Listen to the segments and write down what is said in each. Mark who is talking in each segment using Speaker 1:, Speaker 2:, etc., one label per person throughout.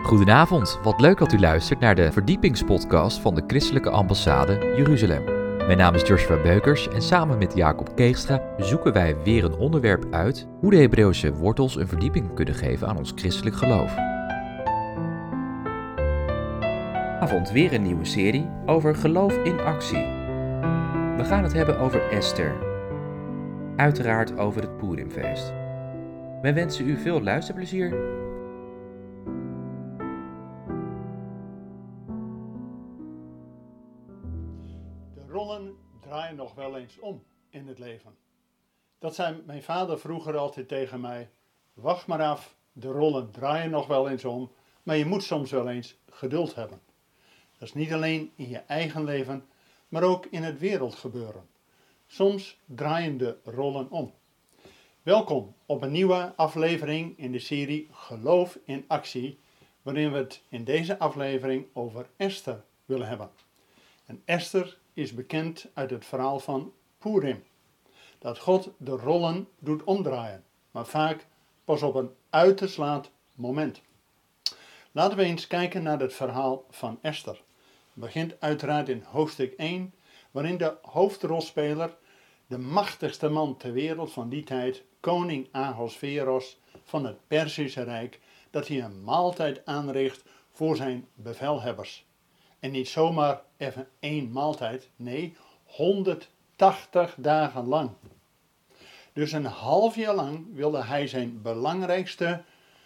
Speaker 1: Goedenavond, wat leuk dat u luistert naar de verdiepingspodcast van de Christelijke Ambassade Jeruzalem. Mijn naam is Joshua Beukers en samen met Jacob Keegstra zoeken wij weer een onderwerp uit hoe de Hebreeuwse wortels een verdieping kunnen geven aan ons christelijk geloof. Vanavond weer een nieuwe serie over geloof in actie. We gaan het hebben over Esther. Uiteraard over het Purimfeest. Wij wensen u veel luisterplezier.
Speaker 2: De rollen draaien nog wel eens om in het leven. Dat zei mijn vader vroeger altijd tegen mij. Wacht maar af, de rollen draaien nog wel eens om, maar je moet soms wel eens geduld hebben. Dat is niet alleen in je eigen leven, maar ook in het wereldgebeuren. Soms draaien de rollen om. Welkom op een nieuwe aflevering in de serie Geloof in Actie, waarin we het in deze aflevering over Esther willen hebben. En Esther is bekend uit het verhaal van Purim, dat God de rollen doet omdraaien, maar vaak pas op een uiterst laat moment. Laten we eens kijken naar het verhaal van Esther. Het begint uiteraard in hoofdstuk 1, waarin de hoofdrolspeler, de machtigste man ter wereld van die tijd, koning Ahasveros van het Perzische Rijk, dat hij een maaltijd aanricht voor zijn bevelhebbers. En niet zomaar even één maaltijd, nee, 180 dagen lang. Dus een half jaar lang wilde hij zijn belangrijkste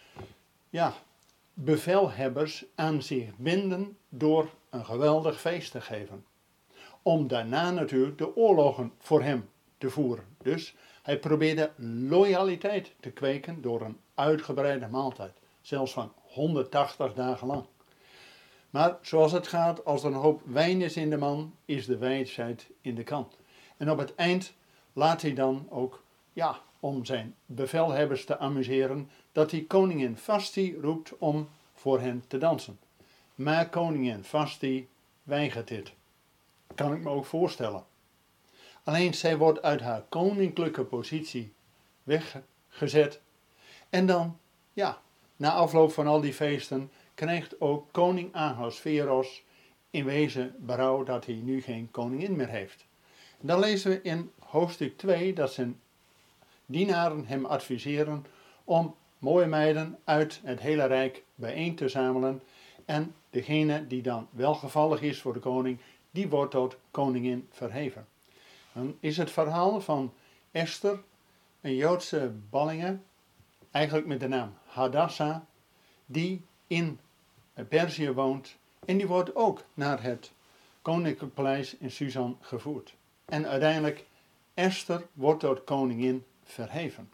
Speaker 2: bevelhebbers aan zich binden door een geweldig feest te geven. Om daarna natuurlijk de oorlogen voor hem te voeren. Dus hij probeerde loyaliteit te kweken door een uitgebreide maaltijd. Zelfs van 180 dagen lang. Maar zoals het gaat, als er een hoop wijn is in de man, is de wijsheid in de kan. En op het eind laat hij dan ook, om zijn bevelhebbers te amuseren, dat hij koningin Vashti roept om voor hen te dansen. Maar koningin Vashti weigert dit. Kan ik me ook voorstellen. Alleen zij wordt uit haar koninklijke positie weggezet. En dan, na afloop van al die feesten, krijgt ook koning Ahasveros in wezen berouw dat hij nu geen koningin meer heeft. En dan lezen we in hoofdstuk 2 dat zijn dienaren hem adviseren om mooie meiden uit het hele rijk bijeen te zamelen. En degene die dan welgevallig is voor de koning, die wordt tot koningin verheven. Dan is het verhaal van Esther, een Joodse ballinge, eigenlijk met de naam Hadassa, die in Perzië woont. En die wordt ook naar het koninklijk paleis in Susan gevoerd. En uiteindelijk, Esther wordt tot koningin verheven.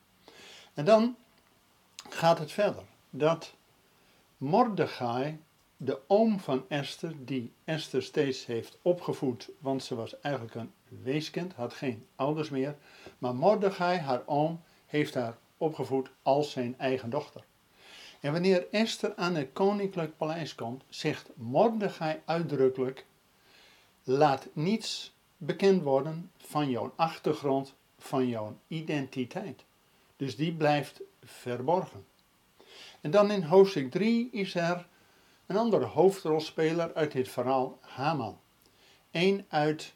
Speaker 2: En dan gaat het verder. Dat Mordechai, de oom van Esther, die Esther steeds heeft opgevoed, want ze was eigenlijk een weeskind, had geen ouders meer. Maar Mordechai, haar oom, heeft haar opgevoed als zijn eigen dochter. En wanneer Esther aan het koninklijk paleis komt, zegt Mordechai uitdrukkelijk: laat niets bekend worden van jouw achtergrond, van jouw identiteit. Dus die blijft verborgen. En dan in hoofdstuk 3 is er een andere hoofdrolspeler uit dit verhaal, Haman. Een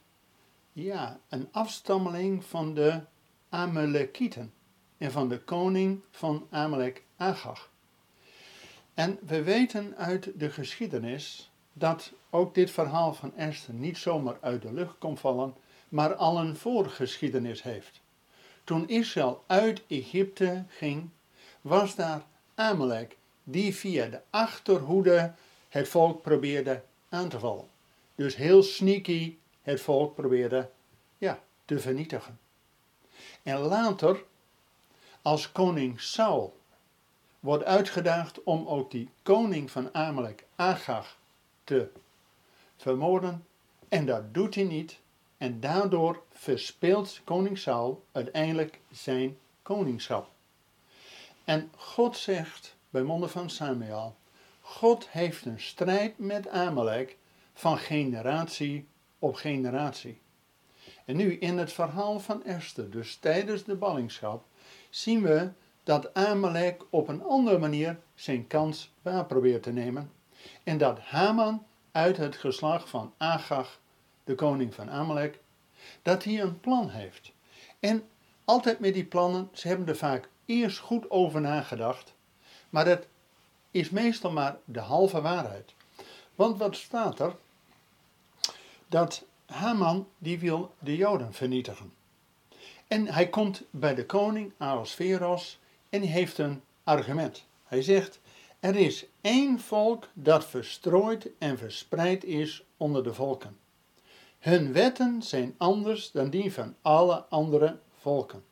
Speaker 2: afstammeling van de Amalekieten en van de koning van Amalek, Agag. En we weten uit de geschiedenis dat ook dit verhaal van Esther niet zomaar uit de lucht komt vallen, maar al een voorgeschiedenis heeft. Toen Israël uit Egypte ging, was daar Amalek die via de achterhoede het volk probeerde aan te vallen. Dus heel sneaky het volk probeerde te vernietigen. En later, als koning Saul wordt uitgedaagd om ook die koning van Amalek, Agag, te vermoorden. En dat doet hij niet. En daardoor verspeelt koning Saul uiteindelijk zijn koningschap. En God zegt bij monden van Samuel: God heeft een strijd met Amalek van generatie op generatie. En nu in het verhaal van Esther, dus tijdens de ballingschap, zien we dat Amalek op een andere manier zijn kans waar probeert te nemen. En dat Haman uit het geslacht van Agag, de koning van Amalek, dat hij een plan heeft. En altijd met die plannen, ze hebben er vaak eerst goed over nagedacht, maar het is meestal maar de halve waarheid. Want wat staat er? Dat Haman, die wil de Joden vernietigen. En hij komt bij de koning Ahasveros en hij heeft een argument. Hij zegt, er is één volk dat verstrooid en verspreid is onder de volken. Hun wetten zijn anders dan die van alle andere volken.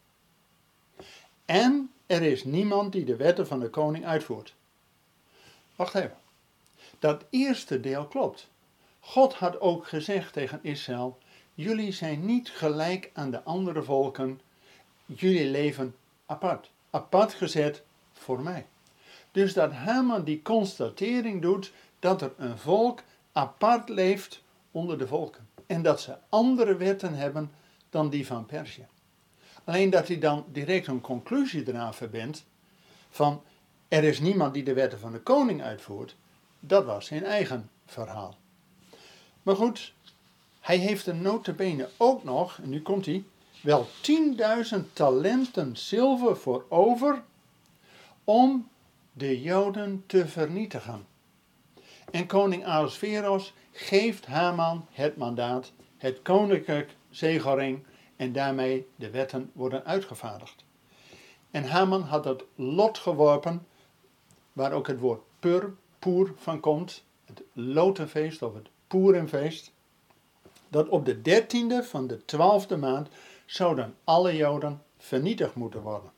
Speaker 2: En er is niemand die de wetten van de koning uitvoert. Wacht even. Dat eerste deel klopt. God had ook gezegd tegen Israël, jullie zijn niet gelijk aan de andere volken. Jullie leven apart. Apart gezet voor mij. Dus dat Haman die constatering doet dat er een volk apart leeft onder de volken. En dat ze andere wetten hebben dan die van Perzië. Alleen dat hij dan direct een conclusie eraan verbindt van er is niemand die de wetten van de koning uitvoert. Dat was zijn eigen verhaal. Maar goed, hij heeft er nota bene ook nog, en nu komt hij, wel 10.000 talenten zilver voor over om de Joden te vernietigen. En koning Ahasveros geeft Haman het mandaat, het koninklijk zegelring en daarmee de wetten worden uitgevaardigd. En Haman had het lot geworpen, waar ook het woord poer van komt, het lotenfeest of het Purimfeest, dat op de 13e van de 12e maand zouden alle Joden vernietigd moeten worden.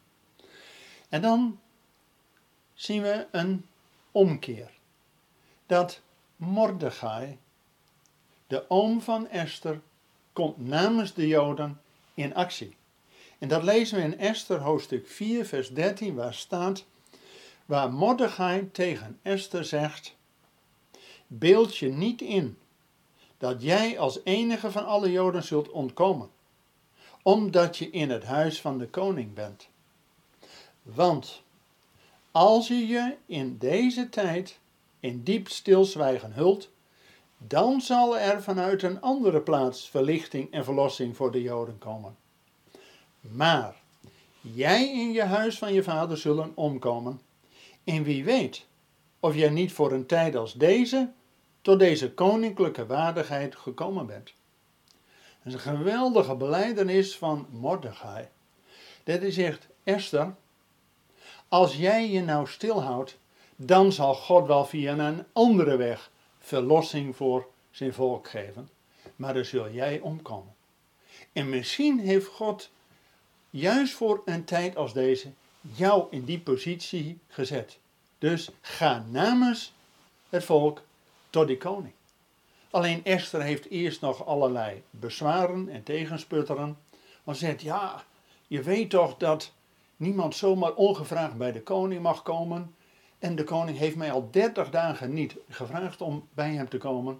Speaker 2: En dan zien we een omkeer. Dat Mordechai, de oom van Esther, komt namens de Joden in actie. En dat lezen we in Esther hoofdstuk 4 vers 13 waar staat, waar Mordechai tegen Esther zegt, beeld je niet in dat jij als enige van alle Joden zult ontkomen, omdat je in het huis van de koning bent. Want als je je in deze tijd in diep stilzwijgen hult, dan zal er vanuit een andere plaats verlichting en verlossing voor de Joden komen. Maar jij in je huis van je vader zullen omkomen. En wie weet of jij niet voor een tijd als deze tot deze koninklijke waardigheid gekomen bent. Dat is een geweldige belijdenis van Mordechai. Dat hij zegt, Esther, als jij je nou stilhoudt, dan zal God wel via een andere weg verlossing voor zijn volk geven. Maar dan zul jij omkomen. En misschien heeft God juist voor een tijd als deze jou in die positie gezet. Dus ga namens het volk tot die koning. Alleen Esther heeft eerst nog allerlei bezwaren en tegensputteren. Want ze zegt, ja, je weet toch dat niemand zomaar ongevraagd bij de koning mag komen. En de koning heeft mij al 30 dagen niet gevraagd om bij hem te komen.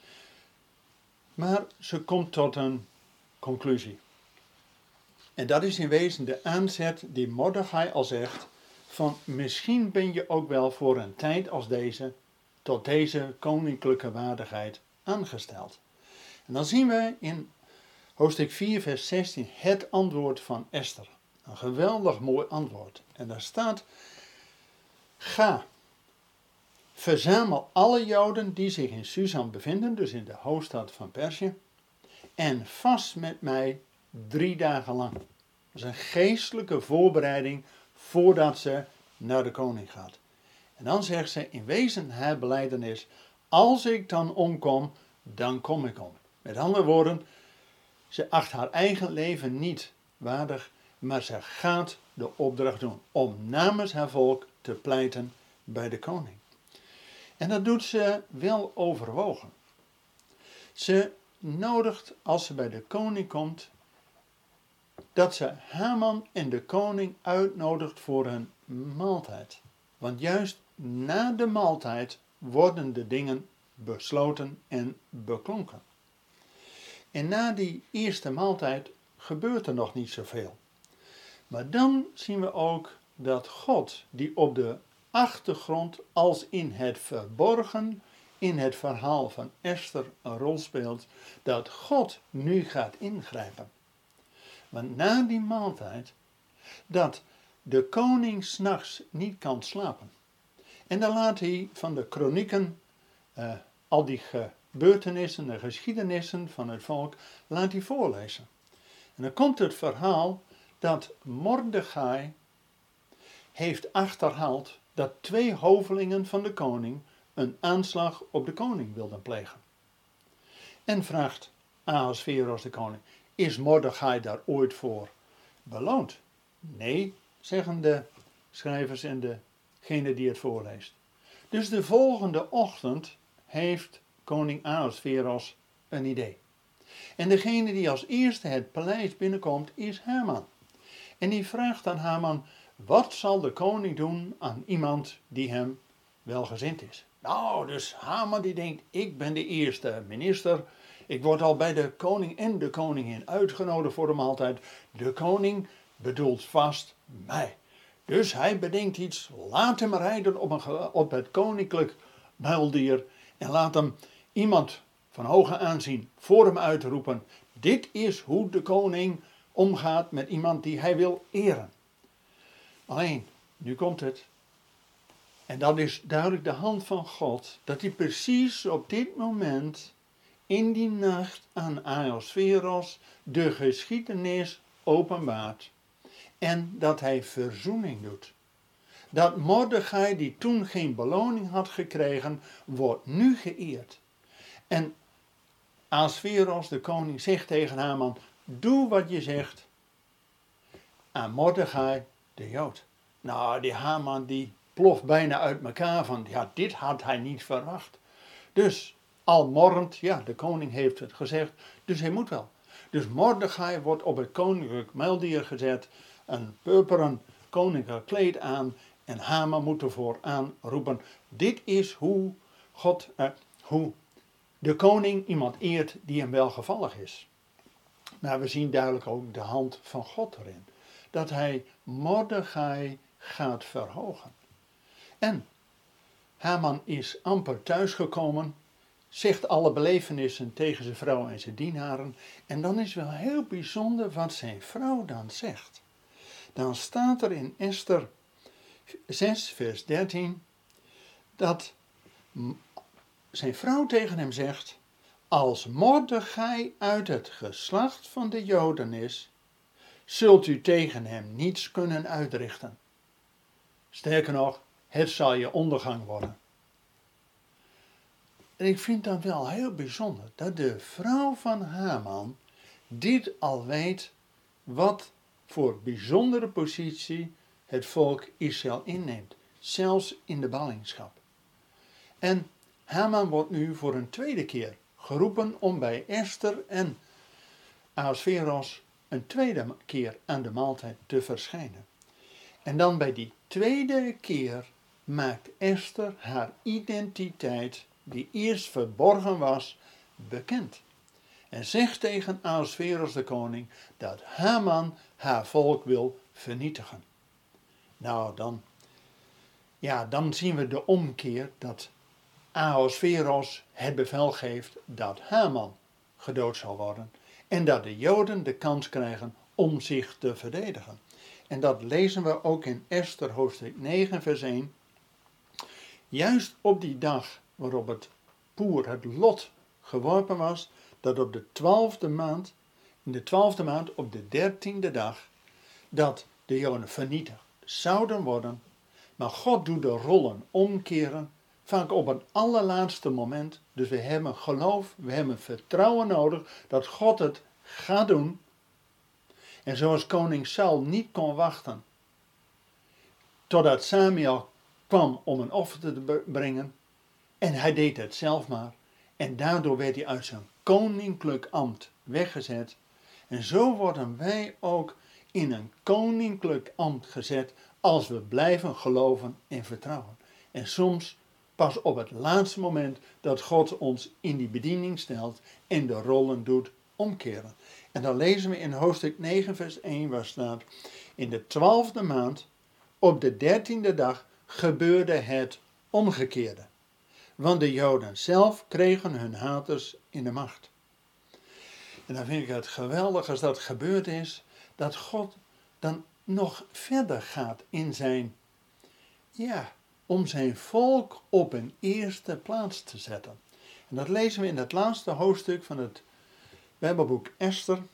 Speaker 2: Maar ze komt tot een conclusie. En dat is in wezen de aanzet die Mordechai al zegt, van misschien ben je ook wel voor een tijd als deze tot deze koninklijke waardigheid aangesteld. En dan zien we in hoofdstuk 4 vers 16 het antwoord van Esther. Een geweldig mooi antwoord. En daar staat, ga, verzamel alle Joden die zich in Susan bevinden, dus in de hoofdstad van Perzië, en vast met mij 3 dagen lang. Dat is een geestelijke voorbereiding voordat ze naar de koning gaat. En dan zegt ze in wezen haar belijdenis, als ik dan omkom, dan kom ik om. Met andere woorden, ze acht haar eigen leven niet waardig, maar ze gaat de opdracht doen om namens haar volk te pleiten bij de koning. En dat doet ze wel overwogen. Ze nodigt, als ze bij de koning komt, dat ze Haman en de koning uitnodigt voor een maaltijd. Want juist na de maaltijd worden de dingen besloten en beklonken. En na die eerste maaltijd gebeurt er nog niet zoveel. Maar dan zien we ook dat God, die op de achtergrond als in het verborgen in het verhaal van Esther een rol speelt, dat God nu gaat ingrijpen. Want na die maaltijd, dat de koning 's nachts niet kan slapen. En dan laat hij van de kronieken, al die gebeurtenissen, de geschiedenissen van het volk, laat hij voorlezen. En dan komt het verhaal dat Mordechai heeft achterhaald dat 2 hovelingen van de koning een aanslag op de koning wilden plegen. En vraagt Ahasveros de koning, is Mordechai daar ooit voor beloond? Nee, zeggen de schrijvers en degene die het voorleest. Dus de volgende ochtend heeft koning Ahasveros een idee. En degene die als eerste het paleis binnenkomt is Haman. En die vraagt aan Haman, wat zal de koning doen aan iemand die hem welgezind is? Nou, dus Haman die denkt, ik ben de eerste minister. Ik word al bij de koning en de koningin uitgenodigd voor de maaltijd. De koning bedoelt vast mij. Dus hij bedenkt iets, laat hem rijden op het koninklijk muildier. En laat hem iemand van hoge aanzien voor hem uitroepen. Dit is hoe de koning omgaat met iemand die hij wil eren. Alleen, nu komt het. En dat is duidelijk de hand van God, dat hij precies op dit moment in die nacht aan Ahasveros de geschiedenis openbaart. En dat hij verzoening doet. Dat Mordechai, die toen geen beloning had gekregen, wordt nu geëerd. En Ahasveros, de koning, zegt tegen Haman, doe wat je zegt aan Mordechai, de Jood. Nou, die Haman die ploft bijna uit elkaar van, ja, dit had hij niet verwacht. Dus, al morrend, ja, de koning heeft het gezegd, dus hij moet wel. Dus Mordechai wordt op het koninklijk muildier gezet, een purperen koninklijk kleed aan en Haman moet ervoor aanroepen, dit is hoe hoe de koning iemand eert die hem welgevallig is. Maar we zien duidelijk ook de hand van God erin. Dat hij Mordechai gaat verhogen. En Haman is amper thuisgekomen, zegt alle belevenissen tegen zijn vrouw en zijn dienaren. En dan is wel heel bijzonder wat zijn vrouw dan zegt. Dan staat er in Esther 6 vers 13 dat zijn vrouw tegen hem zegt, als Mordechai uit het geslacht van de Joden is, zult u tegen hem niets kunnen uitrichten. Sterker nog, het zal je ondergang worden. En ik vind dat wel heel bijzonder, dat de vrouw van Haman dit al weet, wat voor bijzondere positie het volk Israël inneemt, zelfs in de ballingschap. En Haman wordt nu voor een tweede keer geroepen om bij Esther en Ahasveros een tweede keer aan de maaltijd te verschijnen. En dan bij die tweede keer maakt Esther haar identiteit, die eerst verborgen was, bekend. En zegt tegen Ahasveros de koning dat Haman haar volk wil vernietigen. Nou, dan zien we de omkeer dat Ahasveros het bevel geeft dat Haman gedood zal worden. En dat de Joden de kans krijgen om zich te verdedigen. En dat lezen we ook in Esther hoofdstuk 9 vers 1. Juist op die dag waarop het lot geworpen was, dat op de 12e maand, in de 12e maand op de 13e dag, dat de Joden vernietigd zouden worden. Maar God doet de rollen omkeren, vaak op het allerlaatste moment. Dus we hebben geloof, we hebben vertrouwen nodig dat God het gaat doen. En zoals koning Saul niet kon wachten totdat Samuel kwam om een offer te brengen. En hij deed het zelf maar. En daardoor werd hij uit zijn koninklijk ambt weggezet. En zo worden wij ook in een koninklijk ambt gezet als we blijven geloven en vertrouwen. En soms pas op het laatste moment dat God ons in die bediening stelt en de rollen doet omkeren. En dan lezen we in hoofdstuk 9 vers 1 waar staat, in de 12e maand op de 13e dag gebeurde het omgekeerde. Want de Joden zelf kregen hun haters in de macht. En dan vind ik het geweldig als dat gebeurd is, dat God dan nog verder gaat in om zijn volk op een eerste plaats te zetten. En dat lezen we in het laatste hoofdstuk van het Bijbelboek Esther.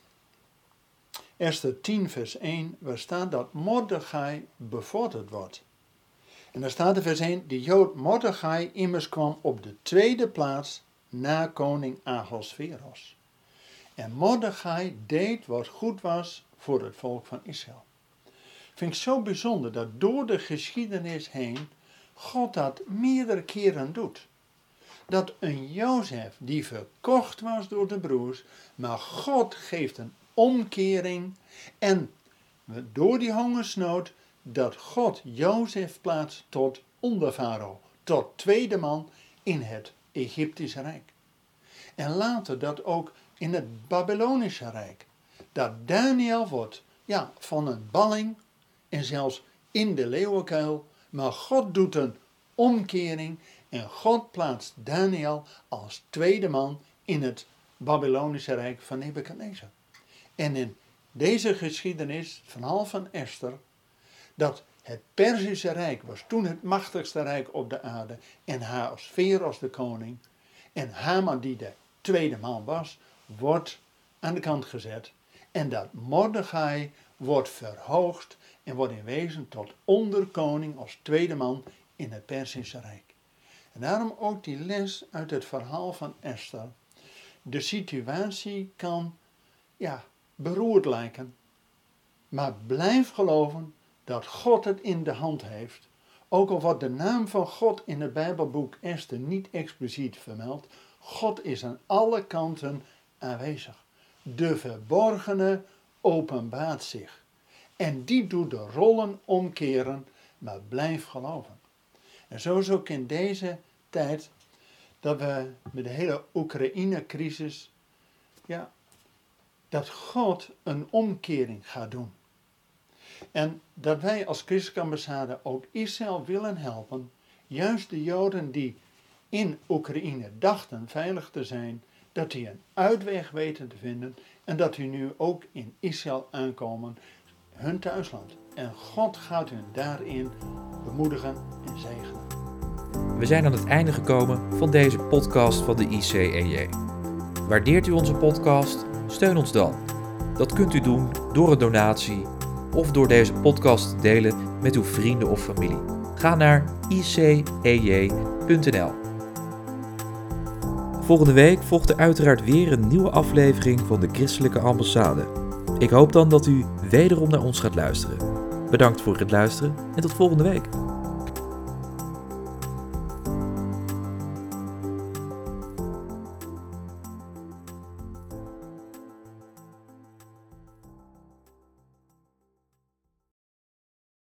Speaker 2: Esther 10 vers 1, waar staat dat Mordechai bevorderd wordt. En daar staat in vers 1, de Jood Mordechai immers kwam op de tweede plaats na koning Ahasveros. En Mordechai deed wat goed was voor het volk van Israël. Vind ik zo bijzonder dat door de geschiedenis heen God dat meerdere keren doet. Dat een Jozef die verkocht was door de broers, maar God geeft een omkering en door die hongersnood dat God Jozef plaatst tot onderfarao, tot tweede man in het Egyptische Rijk. En later dat ook in het Babylonische Rijk. Dat Daniel wordt van een balling en zelfs in de leeuwenkuil, maar God doet een omkering en God plaatst Daniel als tweede man in het Babylonische Rijk van Nebukadnezar. En in deze geschiedenis, het verhaal van Esther, dat het Perzische Rijk was toen het machtigste rijk op de aarde en Ahasveros de koning en Haman die de tweede man was, wordt aan de kant gezet en dat Mordechai wordt verhoogd en wordt in wezen tot onderkoning als tweede man in het Perzische Rijk. En daarom ook die les uit het verhaal van Esther. De situatie kan beroerd lijken, maar blijf geloven dat God het in de hand heeft. Ook al wordt de naam van God in het Bijbelboek Esther niet expliciet vermeld, God is aan alle kanten aanwezig. De verborgene openbaart zich. En die doet de rollen omkeren, maar blijf geloven. En zo is ook in deze tijd dat we met de hele Oekraïne-crisis, dat God een omkering gaat doen. En dat wij als Christelijke Ambassade ook Israël willen helpen, juist de Joden die in Oekraïne dachten veilig te zijn, dat die een uitweg weten te vinden en dat die nu ook in Israël aankomen, hun thuisland. En God gaat hun daarin bemoedigen en zegenen.
Speaker 1: We zijn aan het einde gekomen van deze podcast van de ICEJ. Waardeert u onze podcast? Steun ons dan. Dat kunt u doen door een donatie of door deze podcast te delen met uw vrienden of familie. Ga naar icej.nl. Volgende week volgt er uiteraard weer een nieuwe aflevering van de Christelijke Ambassade. Ik hoop dan dat u wederom naar ons gaat luisteren. Bedankt voor het luisteren en tot volgende week.